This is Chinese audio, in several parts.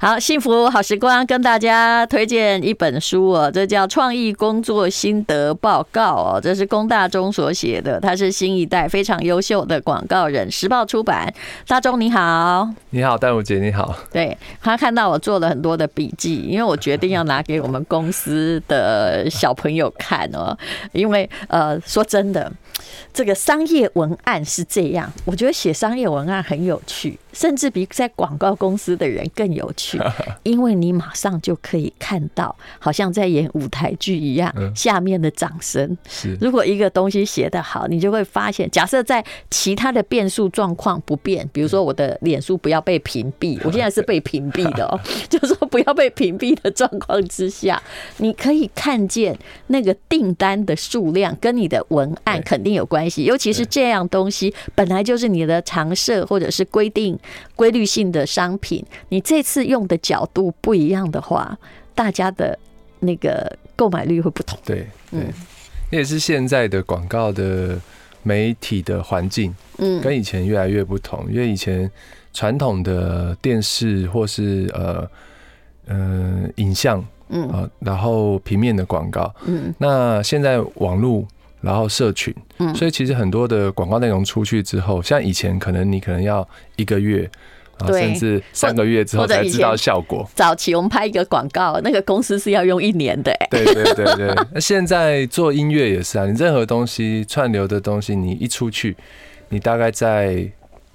好，幸福好时光跟大家推荐一本书哦，这叫《创意工作心得报告》哦，这是龚大中所写的，他是新一代非常优秀的广告人，时报出版。大中你好。 你好，淡如姐你好。 对，他看到我做了很多的笔记，因为我决定要拿给我们公司的小朋友看哦，因为说真的，这个商业文案是这样，我觉得写商业文案很有趣，甚至比在广告公司的人更有趣，因为你马上就可以看到，好像在演舞台剧一样，下面的掌声。如果一个东西写得好，你就会发现，假设在其他的变数状况不变，比如说我的脸书不要被屏蔽，我现在是被屏蔽的哦，就是说不要被屏蔽的状况之下，你可以看见那个订单的数量跟你的文案肯定有关系，尤其是这样东西本来就是你的常设或者是规律性的商品，你这次用的角度不一样的话，大家的那个购买率会不同。 对，也是现在的广告的媒体的环境，跟以前越来越不同。因为以前传统的电视或是影像，然后平面的广告，那现在网络，然后社群，所以其实很多的广告内容出去之后，像以前你可能要1个月。甚至3个月之后才知道效果。 早期我们拍一个广告，那个公司是要用1年的。 对。那现在做音乐也是啊，你任何东西串流的东西，你一出去，你大概在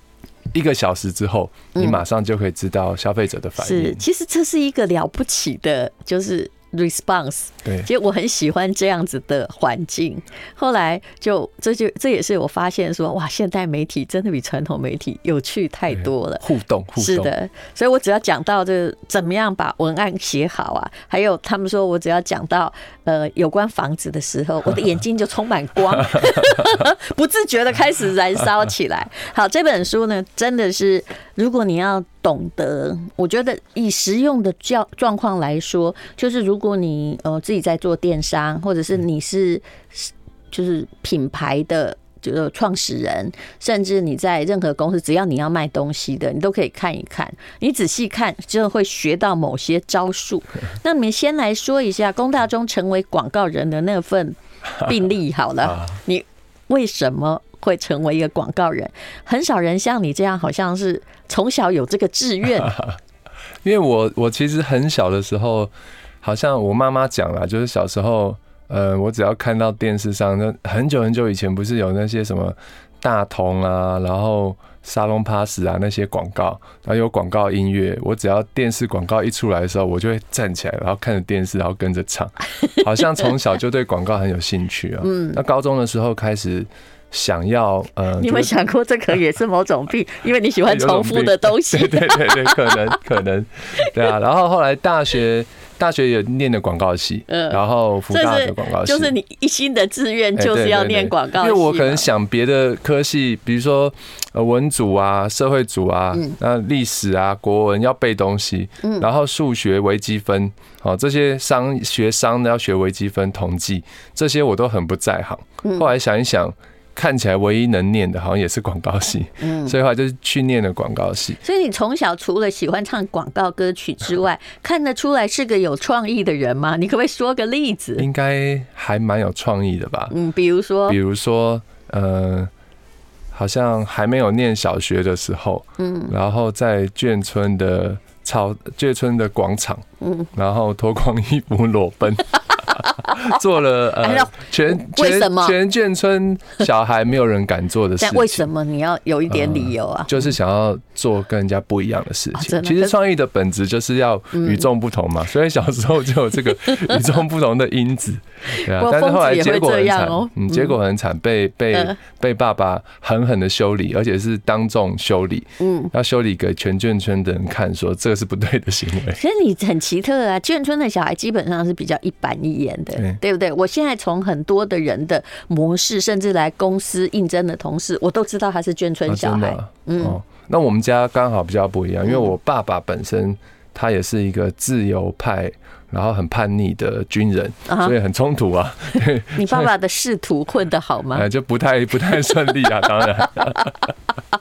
1个小时之后，你马上就可以知道消费者的反应。 其实这是一个了不起的，就是response， 对， 其实我很喜欢这样子的环境。后来这也是我发现说，哇，现代媒体真的比传统媒体有趣太多了， 互动。 是的，所以我只要讲到这怎么样把文案写好啊，还有他们说我只要讲到有关房子的时候，我的眼睛就充满光，不自觉的开始燃烧起来。好，这本书呢，真的是如果你要懂得，我觉得以实用的状况来说，就是如果你自己在做电商，或者是你是就是品牌的就是创始人，甚至你在任何公司，只要你要卖东西的，你都可以看一看。你仔细看，就会学到某些招数。那你们先来说一下龚大中成为广告人的那份病历好了，你为什么会成为一个广告人？很少人像你这样，好像是从小有这个志愿。 因为我其实很小的时候，好像我妈妈讲啦，就是小时候，我只要看到电视上，很久很久以前不是有那些什么大同啊，然后沙龙 pass 啊那些广告，然后有广告音乐，我只要电视广告一出来的时候，我就会站起来，然后看着电视，然后跟着唱，好像从小就对广告很有兴趣啊。那高中的时候开始想要你有没有想过这个也是某种病？因为你喜欢重复的东西。 对，可能，对啊。然后后来大学也念的广告系，然后福大的广告系， 就是你一心的志愿就是要念广告系。 因为我可能想别的科系，比如说文组啊、社会组啊、那历史啊、国文要背东西，然后数学、微积分，这些学商的要学微积分、统计，这些我都很不在行。后来想一想。看起来唯一能念的好像也是广告系，所以后来就是去念了广告系。 所以你从小除了喜欢唱广告歌曲之外，看得出来是个有创意的人吗？你可不可以说个例子？ 应该还蛮有创意的吧？ 比如说， 好像还没有念小学的时候，然后在眷村的广场，然后脱光衣服裸奔。做了全眷村小孩没有人敢做的事情。 但为什么你要有一点理由啊？ 就是想要做跟人家不一样的事情。其实创意的本质就是要与众不同嘛，所以小时候就有这个与众不同的因子。对啊，但是后来结果很惨，结果很惨，被爸爸狠狠的修理，而且是当众修理，要修理给全眷村的人看，说这个是不对的行为。 可是你很奇特啊，眷村的小孩基本上是比较一板一眼的，对不对？我现在从很多的人的模式，甚至来公司应征的同事，我都知道他是眷村小孩。 那我们家刚好比较不一样，因为我爸爸本身他也是一个自由派，然后很叛逆的军人，所以很冲突啊。 你爸爸的仕途混得好吗？ 就不太顺利啊，当然。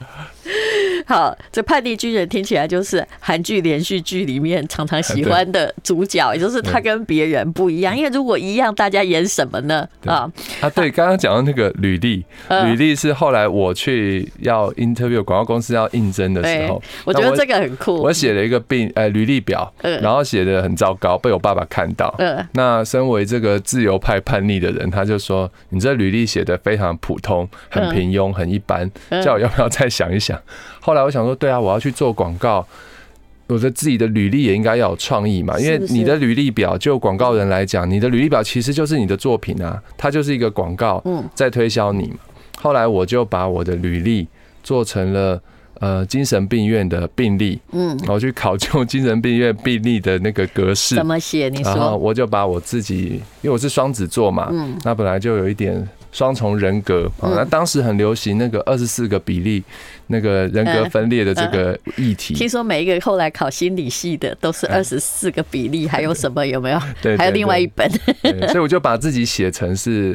好，这叛逆军人听起来就是韩剧连续剧里面常常喜欢的主角，也就是他跟别人不一样。因为如果一样，大家演什么呢？ 对，刚刚讲到那个履历，履历是后来我去要 interview 广告公司要应征的时候， 我觉得这个很酷。 我写了一个履历表，然后写的很糟糕，被我爸爸看到。那身为这个自由派叛逆的人，他就说你这履历写的非常普通，很平庸，很一般，叫我要不要再想一想。后来我想说，对啊，我要去做广告，我的自己的履历也应该要有创意嘛，因为你的履历表就广告人来讲，你的履历表其实就是你的作品啊，它就是一个广告在推销你嘛。后来我就把我的履历做成了精神病院的病历，我去考究精神病院病历的那个格式怎么写，你说。 然后我就把我自己，因为我是双子座嘛，那本来就有一点双重人格，那当时很流行那个24个比例，那个人格分裂的这个议题。 听说每一个后来考心理系的都是24个比例，还有什么有没有？ 对， 还有另外一本。 所以我就把自己写成是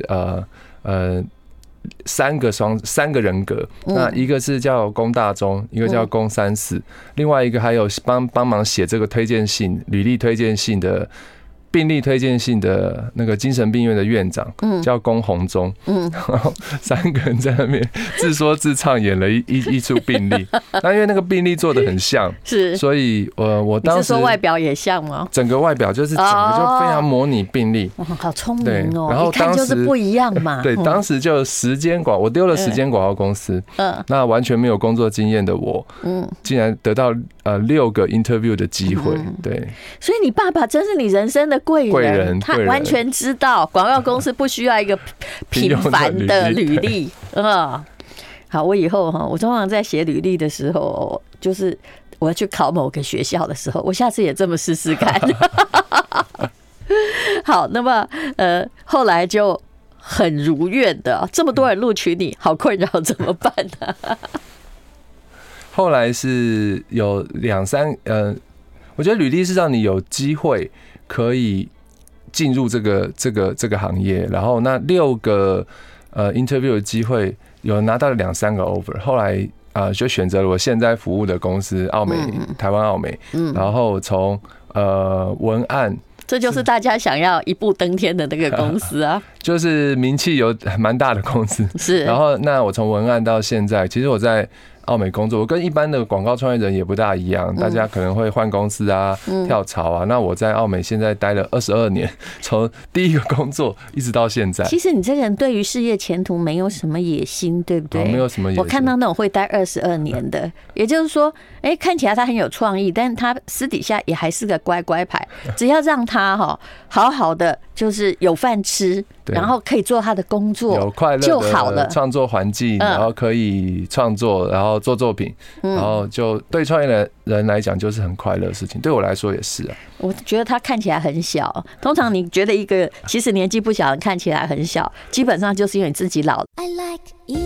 三个人格，那一个是叫龚大中，一个叫龚34，另外一个还有帮忙写这个推荐信、履历推荐信的。病历推荐信的那个精神病院的院长叫龚鸿忠，然后3个人在那边自说自唱演了一出病历。那因为那个病历做得很像，是，所以我当时你是说外表也像吗？ 整个外表就是整个就非常模拟病历， 好聪明哦！ 然后当时就是不一样嘛。 对，当时就我丢了10间广告公司，那完全没有工作经验的我，竟然得到6个 interview 的机会，对。所以你爸爸真是你人生的贵人，他完全知道广告公司不需要一个平凡的履历。好，我以后我通常在写履历的时候，就是我要去考某个学校的时候，我下次也这么试试看。好，那么后来就很如愿的，这么多人录取你，好困扰，怎么办呢？ 后来是有我觉得履历是让你有机会可以进入这个行业，然后那6个interview 的机会，有拿到了2-3个 offer， 后来就选择了我现在服务的公司台湾奥美，然后从文案。 这就是大家想要一步登天的那个公司啊， 就是名气有蛮大的公司。是，然后那我从文案到现在，其实我在奥美工作，我跟一般的广告创业人也不大一样，大家可能会换公司啊、跳槽啊。那我在奥美现在待了22年，从第一个工作一直到现在。 其实你这个人对于事业前途没有什么野心，对不对？ 没有什么野心。 我看到那种会待22年的，也就是说，看起来他很有创意，但是他私底下也还是个乖乖牌。只要让他好好的，就是有饭吃，然后可以做他的工作， 有快乐的创作环境，然后可以创作，然后做作品，然后就对创业人来讲就是很快乐的事情，对我来说也是啊。 我觉得他看起来很小，通常你觉得一个其实年纪不小的看起来很小，基本上就是因为你自己老了。I like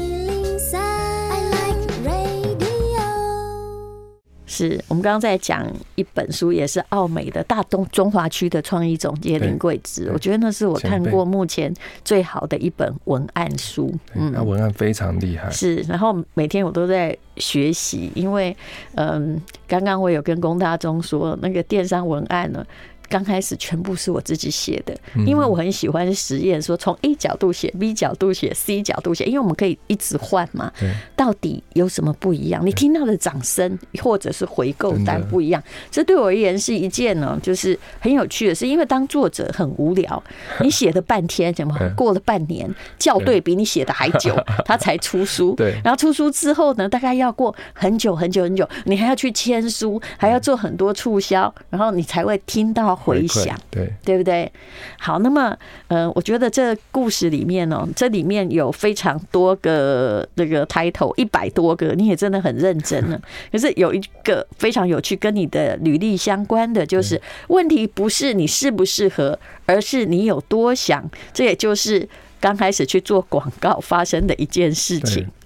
是我们刚刚在讲一本书，也是奥美的大中华区的创意总监林桂枝，我觉得那是我看过目前最好的一本文案书。 那文案非常厉害。 是，然后每天我都在学习，因为刚刚我有跟龚大中说，那个电商文案呢，刚开始全部是我自己写的，因为我很喜欢实验，说从 A 角度写 ，B 角度写 ，C 角度写，因为我们可以一直换嘛。到底有什么不一样？你听到的掌声或者是回购单不一样，这对我而言是一件呢，就是很有趣的事。因为当作者很无聊，你写了半天，怎么过了半年，校对比你写的还久，他才出书。然后出书之后呢，大概要过很久很久很久，你还要去签书，还要做很多促销，然后你才会听到回响，对不对？好，那么我觉得这故事里面这里面有非常多个那个 title，100多个，你也真的很认真了。可是有一个非常有趣，跟你的履历相关的，就是问题不是你适不适合，而是你有多想。这也就是刚开始去做广告发生的一件事情。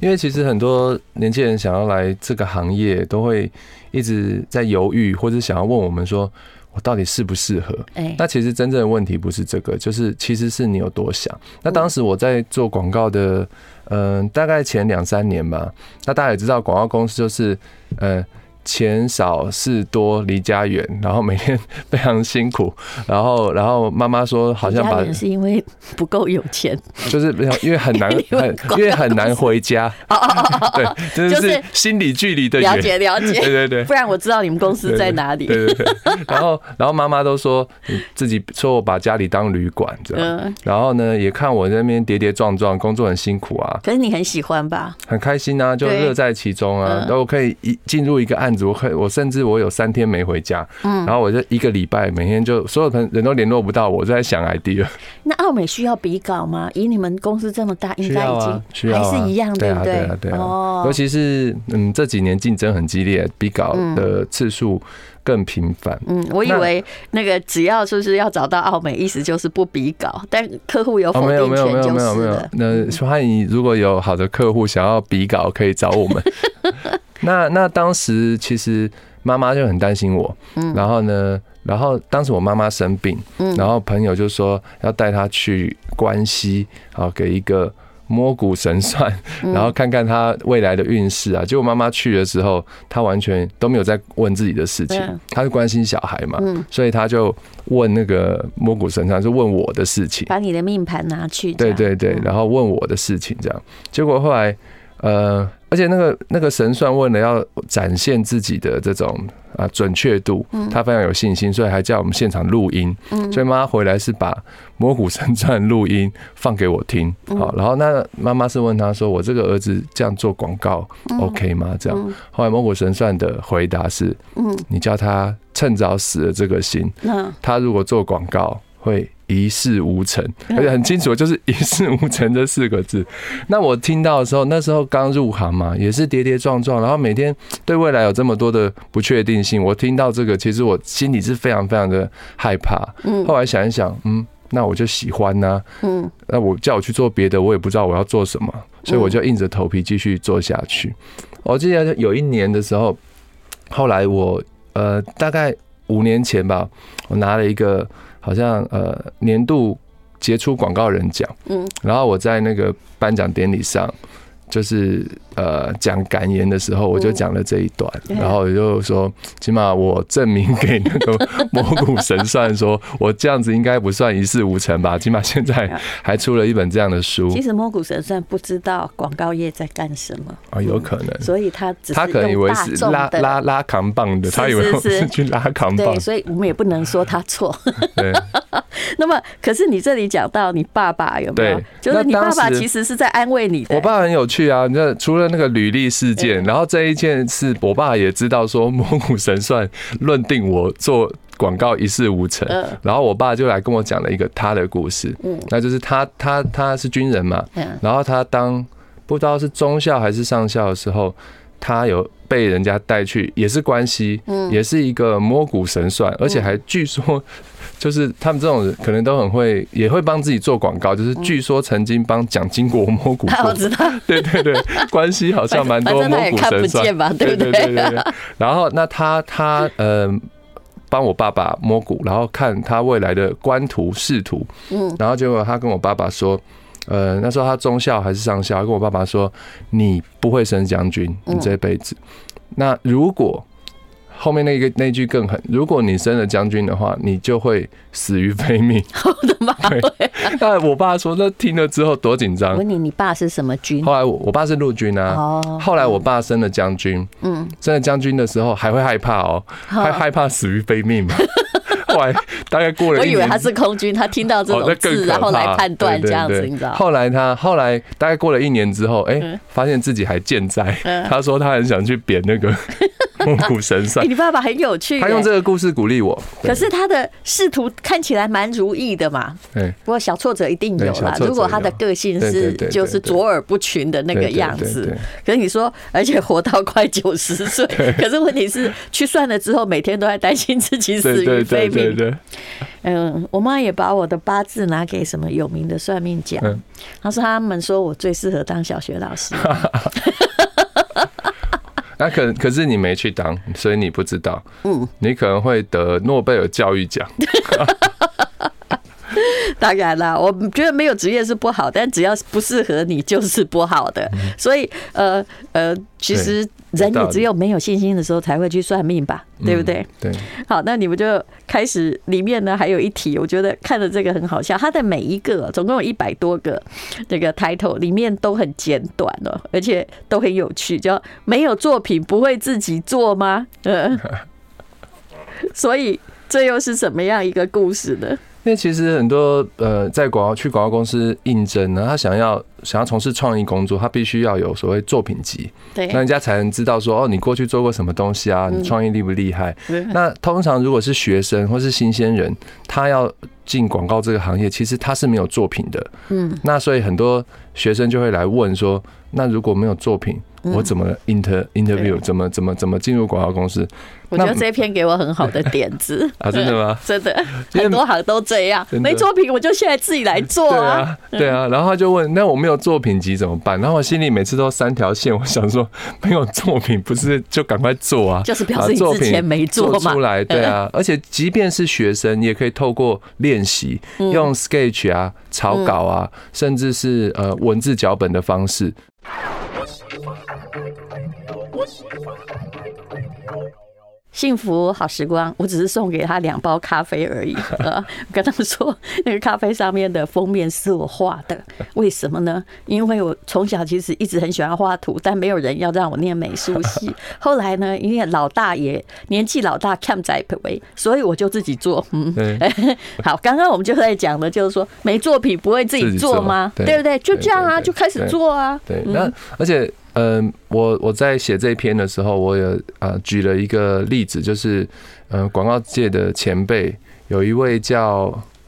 因为其实很多年轻人想要来这个行业，都会一直在犹豫，或者想要问我们说，我到底适不适合？那其实真正的问题不是这个，就是其实是你有多想。那当时我在做广告的，大概前2-3年吧。那大家也知道，广告公司就是钱少事多离家远，然后每天非常辛苦，然后妈妈说好像把是因为不够有钱， 就是因为很难因为很难回家，对，就是心理距离的远， 了解，对，不然我知道你们公司在哪里。 对，然后妈妈都说自己说我把家里当旅馆这样，然后呢也看我在那边跌跌撞撞，工作很辛苦啊， 可是你很喜欢吧？很开心啊，就乐在其中啊，然后我可以进入一个案子，我甚至我有3天没回家，然后我就1个礼拜每天就所有人都联络不到我，就在想 idea。那奥美需要比稿吗？以你们公司这么大，应该已经还是一样，对不对？ 对啊，尤其是这几年竞争很激烈，比稿的次数更频繁。 我以为那个只要就是要找到奥美，意思就是不比稿，但客户有否定权就是了。 那欢迎如果有好的客户想要比稿，可以找我们。那当时其实妈妈就很担心我，然后当时我妈妈生病，然后朋友就说要带她去关西，好给一个摸骨神算，然后看看她未来的运势啊。结果妈妈去的时候，她完全都没有在问自己的事情，她是关心小孩嘛，所以她就问那个摸骨神算，就问我的事情， 把你的命盘拿去， 对，然后问我的事情这样。结果后来而且那个神算为了要展现自己的这种准确度，他非常有信心，所以还叫我们现场录音。所以妈妈回来是把摸骨神算录音放给我听。好，然后那妈妈是问他说：“我这个儿子这样做广告 OK 吗？”这样，后来摸骨神算的回答是：“你叫他趁早死了这个心，他如果做广告会一事无成，而且很清楚，就是一事无成这4个字。那我听到的时候，那时候刚入行嘛，也是跌跌撞撞，然后每天对未来有这么多的不确定性。我听到这个，其实我心里是非常非常的害怕。后来想一想，那我就喜欢呐，那我叫我去做别的，我也不知道我要做什么，所以我就硬着头皮继续做下去。我记得有1年的时候，后来我大概5年前吧，我拿了一个好像年度杰出广告人奖，然后我在那个颁奖典礼上，就是讲感言的时候，我就讲了这一段，然后我就说，起码我证明给那个摸骨神算说，我这样子应该不算一事无成吧？起码现在还出了一本这样的书。 其实摸骨神算不知道广告业在干什么有可能， 所以他只是他可能以为是拉扛棒的，他以为我是去拉扛棒， 对，所以我们也不能说他错。对。那么，可是你这里讲到你爸爸有没有？就是你爸爸其实是在安慰你的。 我爸很有趣啊，你看，除了那个履历事件，然后这一件事，我爸也知道说摸骨神算论定我做广告一事无成，然后我爸就来跟我讲了一个他的故事，那就是他是军人嘛，然后他当不知道是中校还是上校的时候，他有被人家带去，也是关西，也是一个摸骨神算，而且还据说。就是他们这种人可能都很会，也会帮自己做广告。就是据说曾经帮蒋经国摸骨过， 我知道， 对，关系好像蛮多摸骨神算吧， 对不对？ 然后那他帮我爸爸摸骨，然后看他未来的官途仕途，然后结果他跟我爸爸说，那时候他中校还是上校，跟我爸爸说，你不会升将军，你这辈子，那如果。后面那句更狠，如果你升了将军的话，你就会死于非命。 我的妈！ 但我爸说，那听了之后多紧张。 我问你，你爸是什么军？ 后来我爸是陆军啊。后来我爸升了将军，升了将军的时候还会害怕哦，害怕死于非命嘛。后来大概过了1年， 我以为他是空军，他听到这种字，然后来判断这样子，你知道？ 后来大概过了1年之后，发现自己还健在。他说他很想去贬那个。摸骨神算， 你爸爸很有趣， 他用这个故事鼓励我。 可是他的仕途看起来蛮如意的嘛，不过小挫折一定有啦。如果他的个性是就是卓尔不群的那个样子，可是你说，而且活到快90岁，可是问题是去算了之后，每天都在担心自己死于非命。 我妈也把我的八字拿给什么有名的算命讲，她说他们说我最适合当小学老师。 那可是你没去当，所以你不知道。你可能会得诺贝尔教育奖。 当然啦，我觉得没有职业是不好，但只要不适合你就是不好的。所以其实人也只有没有信心的时候才会去算命吧，对不对？ 对。 好，那你们就开始，里面呢还有一题，我觉得看了这个很好笑。它的每一个总共有100多个这个 title， 里面都很简短哦，而且都很有趣，叫没有作品不会自己做吗？所以这又是什么样一个故事呢？ 因为其实很多在去广告公司应征呢，他想要从事创意工作，他必须要有所谓作品集， 对， 那人家才能知道说你过去做过什么东西啊，你创意厉不厉害？那通常如果是学生或是新鲜人，他要进广告这个行业，其实他是没有作品的，那所以很多学生就会来问说，那如果没有作品，我怎么 interview 怎么进入广告公司？ 我觉得这篇给我很好的点子啊，真的吗？ 真的，很多行都这样，没作品我就现在自己来做啊。 对啊，然后他就问，那我没有作品集怎么办？然后我心里每次都3条线，我想说，没有作品不是就赶快做啊？ 就是表示你之前没做嘛。 出来，对啊，而且即便是学生，也可以透过练习，用 Sketch 啊、草稿啊，甚至是文字脚本的方式。 幸福好时光，我只是送给他2包咖啡而已。我跟他们说，那个咖啡上面的封面是我画的，为什么呢？因为我从小其实一直很喜欢画图，但没有人要让我念美术系。后来呢，因为老大也年纪老大，看在为，所以我就自己做。好，刚刚我们就在讲的，就是说没作品不会自己做吗？对不对？就这样啊，就开始做啊。 对，那而且。我在写这一篇的时候，我也举了一个例子，就是广告界的前辈有一位叫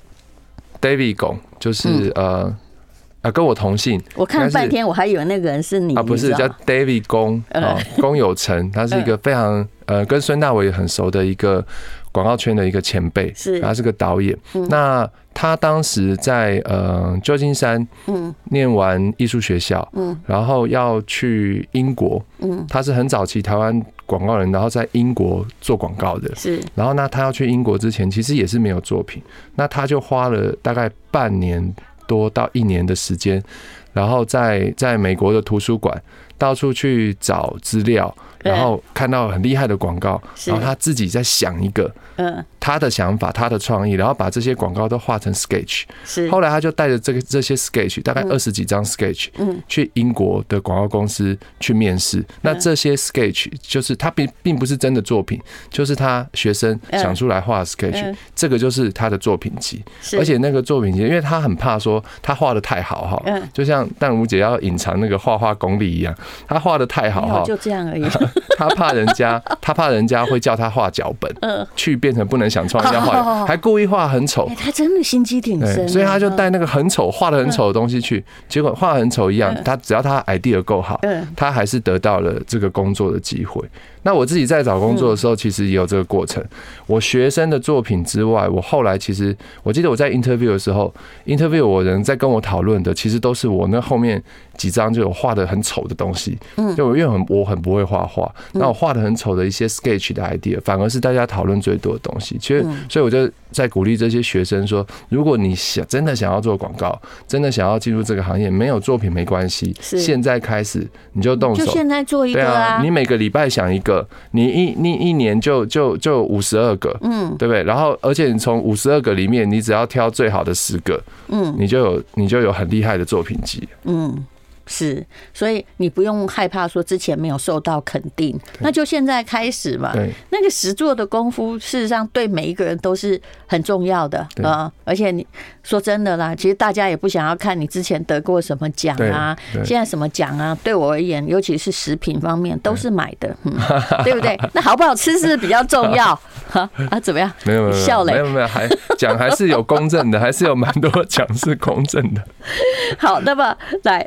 David 龚，就是跟我同姓。 我看了半天，我还以为那个人是你啊， 不是叫 David 龚，龚有成，他是一个非常跟孙大伟很熟的一个广告圈的一个前辈，他是个导演。那他当时在旧金山念完艺术学校，然后要去英国，他是很早期台湾广告人，然后在英国做广告的，是。然后呢，他要去英国之前，其实也是没有作品，那他就花了大概半年多到1年的时间，然后在美国的图书馆到处去找资料，然后看到很厉害的广告，然后他自己在想一个他的想法，他的创意，然后把这些广告都画成 sketch。后来他就带着这些 sketch， 大概20几张 sketch，去英国的广告公司去面试。那这些 sketch 就是他并不是真的作品，就是他学生想出来画的 sketch，这个就是他的作品集。而且那个作品集，因为他很怕说他画的太好哈，就像淡如姐要隐藏那个画功力一样，他画的太好哈， 就这样而已。 他怕人家会叫他画脚本，去变成不能想创意要画，还故意画很丑。 他真的心机挺深， 所以他就带那个很丑、画的很丑的东西去，结果画很丑一样，他只要他 idea 够好，他还是得到了这个工作的机会。那我自己在找工作的时候，其实也有这个过程。我学生的作品之外，我后来其实我记得我在 interview 的时候 ，interview 我人在跟我讨论的，其实都是我那后面几张就有画的很丑的东西。就因为我很不会画画，那我画的很丑的一些 sketch 的 idea， 反而是大家讨论最多的东西。所以我就在鼓励这些学生说，如果你真的想要做广告，真的想要进入这个行业，没有作品没关系，现在开始你就动手， 就现在做一个啊。 你每个礼拜想一个，你一年就52个，对不对？然后而且你从52个里面，你只要挑最好的10个，你就有很厉害的作品集。 是，所以你不用害怕说之前没有受到肯定，那就现在开始嘛。那个实作的功夫，事实上对每一个人都是很重要的啊。而且你说真的啦，其实大家也不想要看你之前得过什么奖啊，现在什么奖啊，对我而言，尤其是食品方面都是买的，对不对？那好不好吃是比较重要啊？怎么样？ 没有笑嘞， 没有，奖还是有公正的，还是有蛮多奖是公正的。 好，那么来，那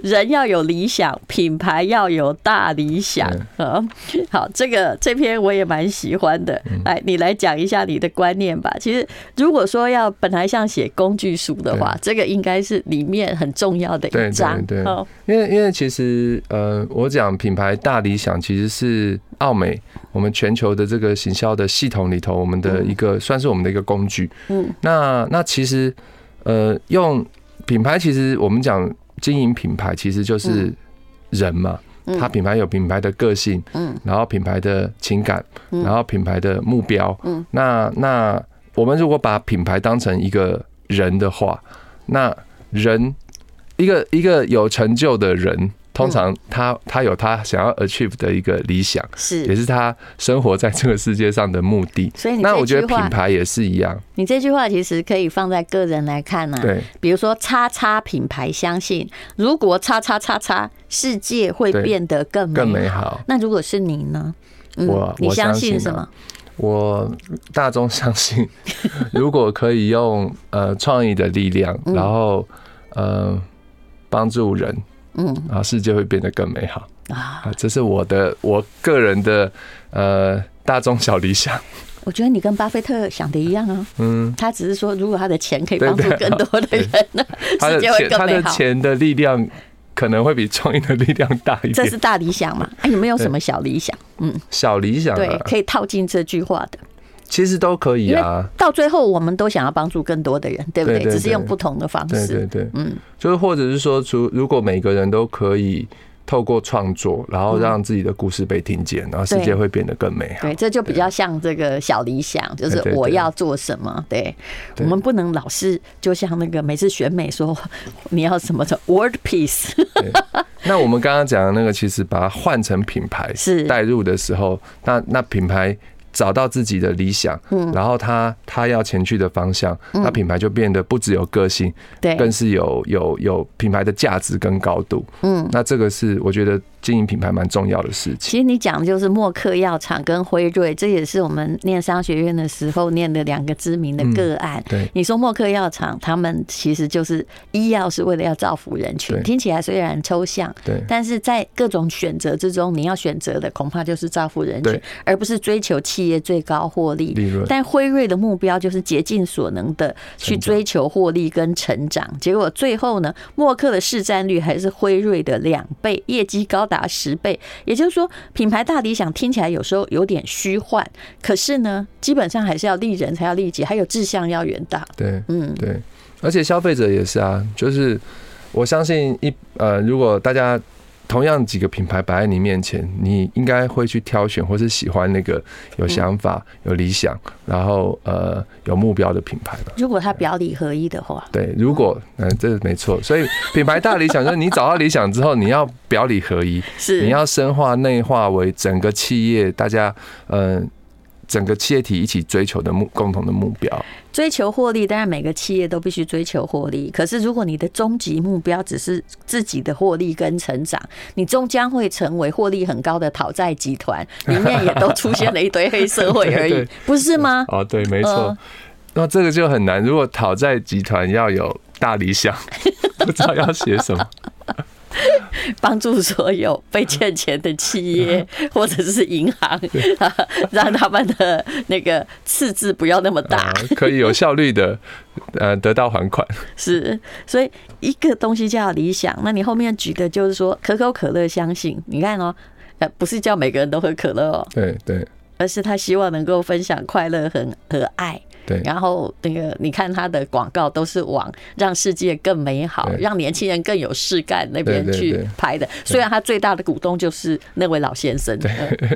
人要有理想，品牌要有大理想。好，这篇我也蛮喜欢的。来，你来讲一下你的观念吧。其实如果说要本来像写工具书的话，这个应该是里面很重要的一章。 对，因为其实我讲品牌大理想其实是奥美我们全球的这个行销的系统里头，我们的一个算是我们的一个工具。那其实用品牌，其实我们讲经营品牌，其实就是人嘛。它品牌有品牌的个性，然后品牌的情感，然后品牌的目标。那我们如果把品牌当成一个人的话，那人一个有成就的人，通常他有他想要 achieve 的一个理想，也是他生活在这个世界上的目的。 所以那我觉得品牌也是一样。 你这句话其实可以放在个人来看啊。 对， 比如说叉叉品牌相信，如果叉叉叉叉，世界会变得更美好。那如果是你呢？你相信什么？ 我大众相信，如果可以用创意的力量，然后帮助人。然后世界会变得更美好啊！这是我个人的大众小理想。 我觉得你跟巴菲特想的一样啊。他只是说，如果他的钱可以帮助更多的人呢，世界会更美好。 他的钱的力量可能会比创意的力量大一点。 这是大理想嘛？有没有什么小理想？ 小理想对，可以套进这句话的。 其实都可以啊， 到最后我们都想要帮助更多的人，对不对？只是用不同的方式。 对，就是或者是说，如果每个人都可以透过创作，然后让自己的故事被听见，然后世界会变得更美好。 对，这就比较像这个小理想，就是我要做什么。对，我们不能老是就像那个每次选美说你要什么 word piece。 那我们刚刚讲的那个，其实把它换成品牌带入的时候，那品牌找到自己的理想，然后他要前去的方向，那品牌就变得不只有个性，更是有品牌的价值跟高度。那这个是我觉得经营品牌蛮重要的事情。 其实你讲的就是默克药厂跟辉瑞，这也是我们念商学院的时候念的2个知名的个案。 对， 你说默克药厂，他们其实就是医药是为了要造福人群，听起来虽然抽象，对，但是在各种选择之中，你要选择的恐怕就是造福人群，而不是追求企业最高获利。但辉瑞的目标就是竭尽所能的去追求获利跟成长，结果最后呢，默克的市占率还是辉瑞的2倍，业绩高达10倍。也就是说，品牌大理想听起来有时候有点虚幻，可是呢，基本上还是要利人才要利己，还有志向要远大。 对，对，而且消费者也是啊，就是我相信如果大家同样几个品牌摆在你面前，你应该会去挑选或是喜欢那个有想法、有理想，然后有目标的品牌吧。 如果它表里合一的话， 对，如果这没错。所以品牌大理想就是你找到理想之后，你要表里合一，你要深化内化为整个企业大家整个企业体一起追求的共同的目标。 追求获利，当然每个企业都必须追求获利。可是如果你的终极目标只是自己的获利跟成长，你终将会成为获利很高的讨债集团，里面也都出现了一堆黑社会而已，不是吗？ 哦，对，没错。那这个就很难。如果讨债集团要有大理想，不知道要写什么。 帮助所有被欠钱的企业或者是银行，让他们的那个赤字不要那么大， 可以有效率的得到还款。 是，所以一个东西叫理想，那你后面举的就是说可口可乐相信，你看哦，不是叫每个人都喝可乐哦， 对对， 而是他希望能够分享快乐和爱。 对， 然后那个你看他的广告都是往让世界更美好、让年轻人更有事干那边去拍的。虽然他最大的股东就是那位老先生，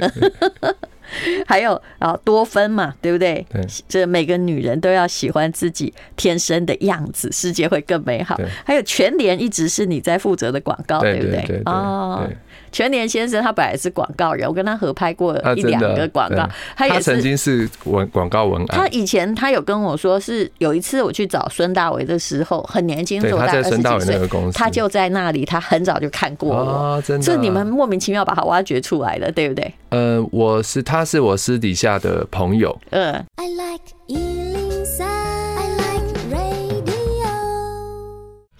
还有多芬嘛，对不对？这每个女人都要喜欢自己天生的样子，世界会更美好。还有全联一直是你在负责的广告，对不对？哦。全联先生他本来是广告人，我跟他合拍过1-2个广告。 他曾经是广告文案。 他以前他有跟我说，是有一次我去找孙大伟的时候，很年轻， 他在孙大伟那个公司， 他就在那里，他很早就看过我。真的，是你们莫名其妙把他挖掘出来的，对不对？ 他是我私底下的朋友。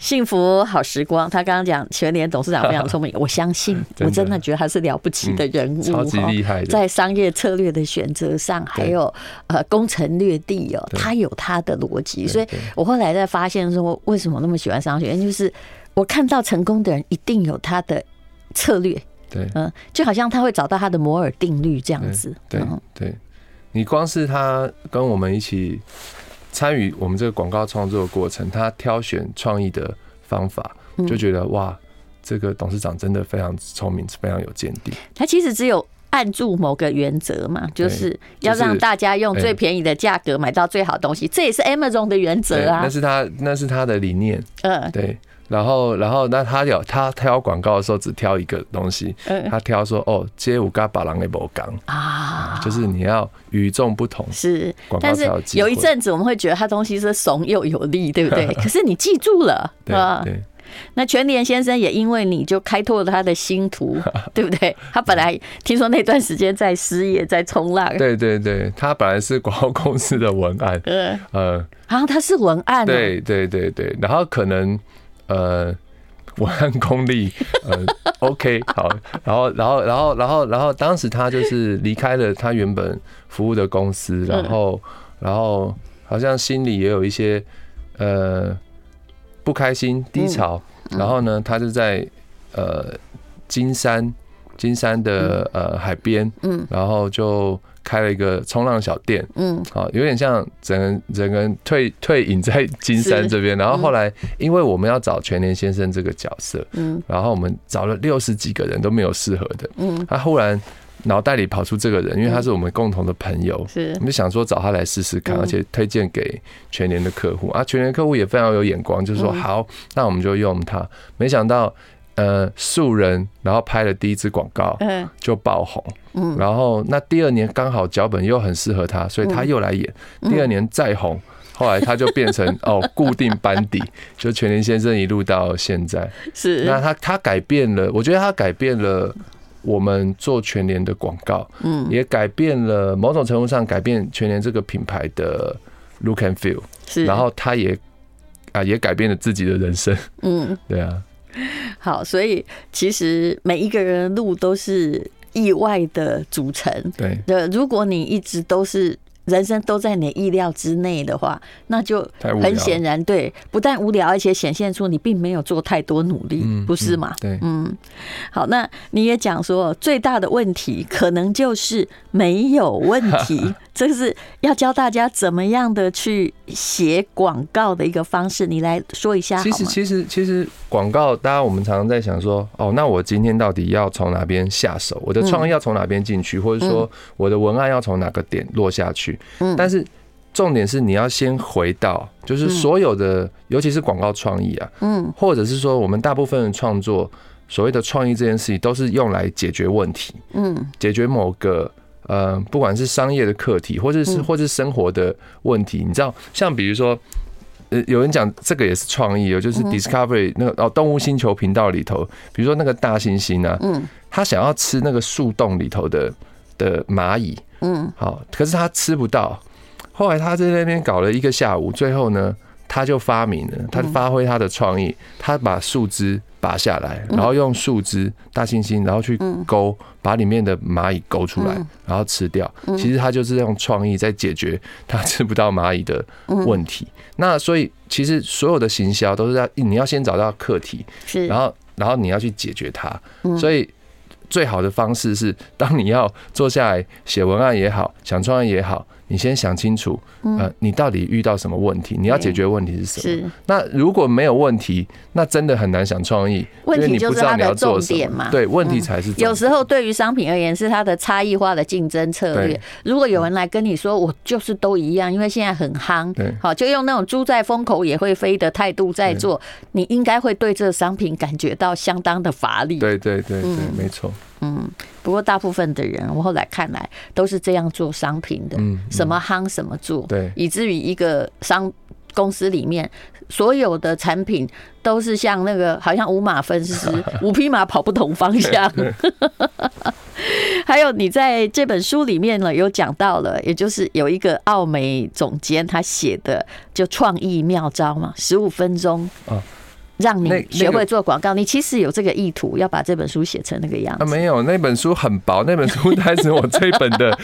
幸福好时光，他刚刚讲全联董事长非常聪明，我相信，我真的觉得他是了不起的人物， 超级厉害的， 在商业策略的选择上，还有攻城略地哦，他有他的逻辑，所以我后来在发现说，为什么那么喜欢商学院，就是我看到成功的人一定有他的策略， 对， 就好像他会找到他的摩尔定律这样子， 对，你光是他跟我们一起参与我们这个广告创作的过程，他挑选创意的方法，就觉得哇，这个董事长真的非常聪明，非常有见地。他其实只有按住某个原则嘛，就是要让大家用最便宜的价格买到最好的东西，这也是 Amazon 的原则啊。 那是他的理念，对。然后那他挑广告的时候只挑一个东西，他挑说这有跟别人的不同啊，就是你要与众不同。是， 但是有一阵子我们会觉得他东西是怂又有力，对不对？可是你记住了，对。那全联先生也因为你就开拓了他的星途，对不对？他本来听说那段时间在失业，在冲浪。对， 他本来是广告公司的文案， 他是文案， 对，然后可能。文案功力OK 好，然后当时他就是离开了他原本服务的公司，然后好像心里也有一些不开心低潮，然后呢他就在金山的海边，然后就开了一个冲浪小店，好，有点像整个人退隐在金山这边。然后后来，因为我们要找全联先生这个角色，然后我们找了60几个人都没有适合的，他忽然脑袋里跑出这个人，因为他是我们共同的朋友，我们就想说找他来试试看，而且推荐给全联的客户啊，全联客户也非常有眼光，就是说好，那我们就用他。没想到。素人，然后拍了第一支广告，就爆红。然后那第二年刚好脚本又很适合他，所以他又来演。第二年再红，后来他就变成固定班底，就全联先生一路到现在。是，那他改变了，我觉得他改变了我们做全联的广告，也改变了某种程度上改变全联这个品牌的 look and feel。是，然后他也改变了自己的人生。对啊。 好，所以其实每一个人的路都是意外的组成。对，如果你一直都是人生都在你意料之内的话，那就很显然，对，不但无聊，而且显现出你并没有做太多努力，不是吗？对，好，那你也讲说，最大的问题可能就是没有问题，这是要教大家怎么样的去写广告的一个方式，你来说一下好吗？ 其实广告，大家我们常常在想说，那我今天到底要从哪边下手？我的创意要从哪边进去，或者说我的文案要从哪个点落下去？但是重点是你要先回到，就是所有的，尤其是广告创意啊，或者是说我们大部分的创作，所谓的创意这件事情，都是用来解决问题，解决某个不管是商业的课题，或是生活的问题，你知道，像比如说。有人讲这个也是创意，就是 Discovery 那个动物星球频道里头，比如说那个大猩猩啊，他想要吃那个树洞里头的蚂蚁，好，可是他吃不到。后来他在那边搞了1个下午，最后呢，他就发明了，他发挥他的创意，他把树枝拔下来，然后用树枝大猩猩，然后去勾，把里面的蚂蚁勾出来，然后吃掉。其实他就是用创意在解决他吃不到蚂蚁的问题。那所以其实所有的行销都是你要先找到课题，然后你要去解决它。所以最好的方式是，当你要坐下来写文案也好，想创意也好，你先想清楚，你到底遇到什么问题，你要解决问题是什么？那如果没有问题，那真的很难想创意， 问题就是它的重点嘛。 对，问题才是重点。 有时候对于商品而言，是它的差异化的竞争策略。如果有人来跟你说，我就是都一样，因为现在很夯，好，就用那种猪在风口也会飞的态度在做，你应该会对这个商品感觉到相当的乏力。 对，没错。 不过大部分的人，我后来看来都是这样做商品的，什么夯什么做，对，以至于一个公司里面所有的产品都是像那个好像5马分尸，5匹马跑不同方向。还有你在这本书里面呢，有讲到了，也就是有一个奥美总监他写的就创意妙招嘛，15分钟。 让你学会做广告？你其实有这个意图，要把这本书写成那个样子。 没有，那本书很薄，那本书大概是我这一本的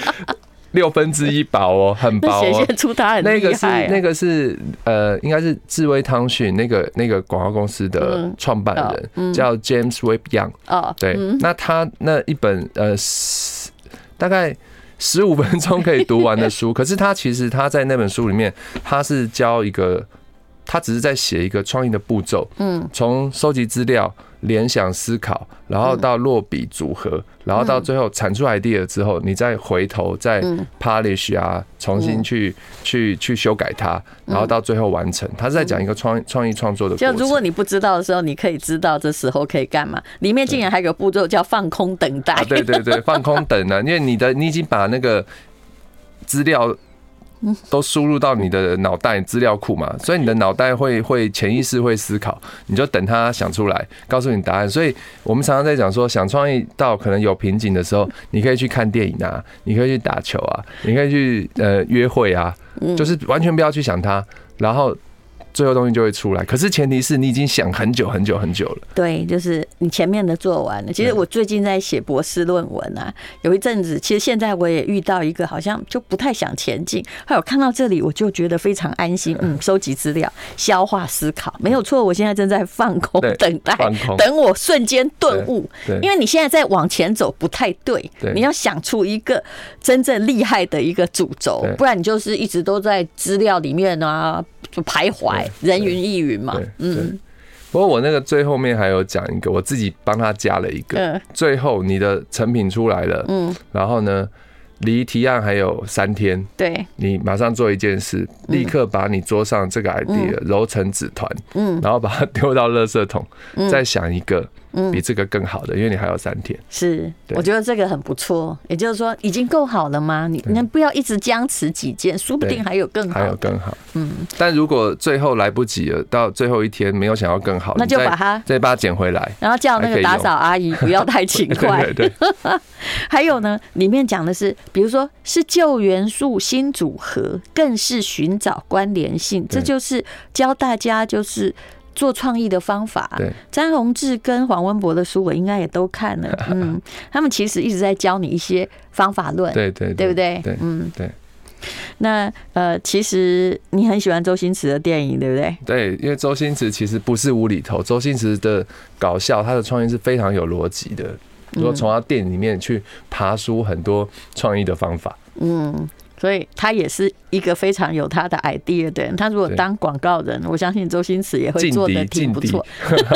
1/6薄哦，很薄哦。 显现出他很厉害。 那个是应该是智威汤逊那个广告公司的创办人，叫 James Webb Young。对，那他那一本大概15分钟可以读完的书，可是他其实他在那本书里面，他是教一个。他只是在写一个创意的步骤，从收集资料、联想、思考，然后到落笔组合，然后到最后产出 idea 之后，你再回头再 polish 啊，重新去修改它，然后到最后完成。他是在讲一个创意创作的过程。 就如果你不知道的时候，你可以知道这时候可以干嘛。里面竟然还有个步骤叫放空等待。 对对对，放空等啊，因为你已经把那个资料。都输入到你的脑袋资料库嘛，所以你的脑袋会潜意识会思考，你就等他想出来，告诉你答案。所以我们常常在讲说，想创意到可能有瓶颈的时候，你可以去看电影啊，你可以去打球啊，你可以去约会啊，就是完全不要去想它，然后最后东西就会出来。可是前提是你已经想很久很久很久了。 对，就是你前面的做完了。其实我最近在写博士论文啊，有一阵子，其实现在我也遇到一个好像就不太想前进，后来我看到这里我就觉得非常安心。收集资料、消化、思考，没有错。我现在正在放空等待，等我瞬间顿悟。因为你现在在往前走不太对，你要想出一个真正厉害的一个主轴，不然你就是一直都在资料里面啊。就徘徊，人云亦云嘛。 不过我那个最后面还有讲一个，我自己帮他加了一个。最后你的成品出来了，然后呢，离提案还有3天， 对， 你马上做一件事，立刻把你桌上这个 idea 揉成纸团，然后把它丢到垃圾桶，再想一个。比这个更好的，因为你还有3天。是， 我觉得这个很不错。也就是说，已经够好了吗？你不要一直僵持己见，说不定还有更好。 还有更好。但如果最后来不及了，到最后一天没有想要更好， 那就把它再把它捡回来， 然后叫那个打扫阿姨不要太勤快。对。还有呢，里面讲的是，比如说是旧元素新组合，更是寻找关联性，这就是教大家就是做创意的方法。詹宏志跟黄文博的书我应该也都看了。他们其实一直在教你一些方法论。对不对？对。那其实你很喜欢周星驰的电影，对不对？ 对，因为周星驰其实不是无厘头，周星驰的搞笑，他的创意是非常有逻辑的。如果从他电影里面去爬出很多创意的方法。 所以他也是一个非常有他的 idea 的人。他如果当广告人，我相信周星驰也会做得挺不错。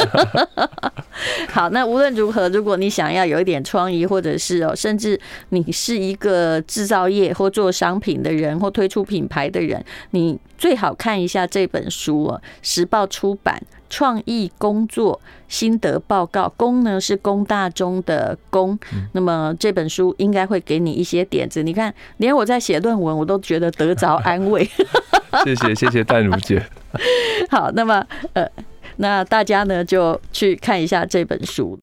好，那无论如何，如果你想要有一点创意，或者是甚至你是一个制造业或做商品的人，或推出品牌的人，你最好看一下这本书时报出版创意工作心得报告，工呢是工大中的工。那么这本书应该会给你一些点子。你看，连我在写论文，我都觉得得着安慰。 谢谢淡如姐。 好，那么那大家呢就去看一下这本书。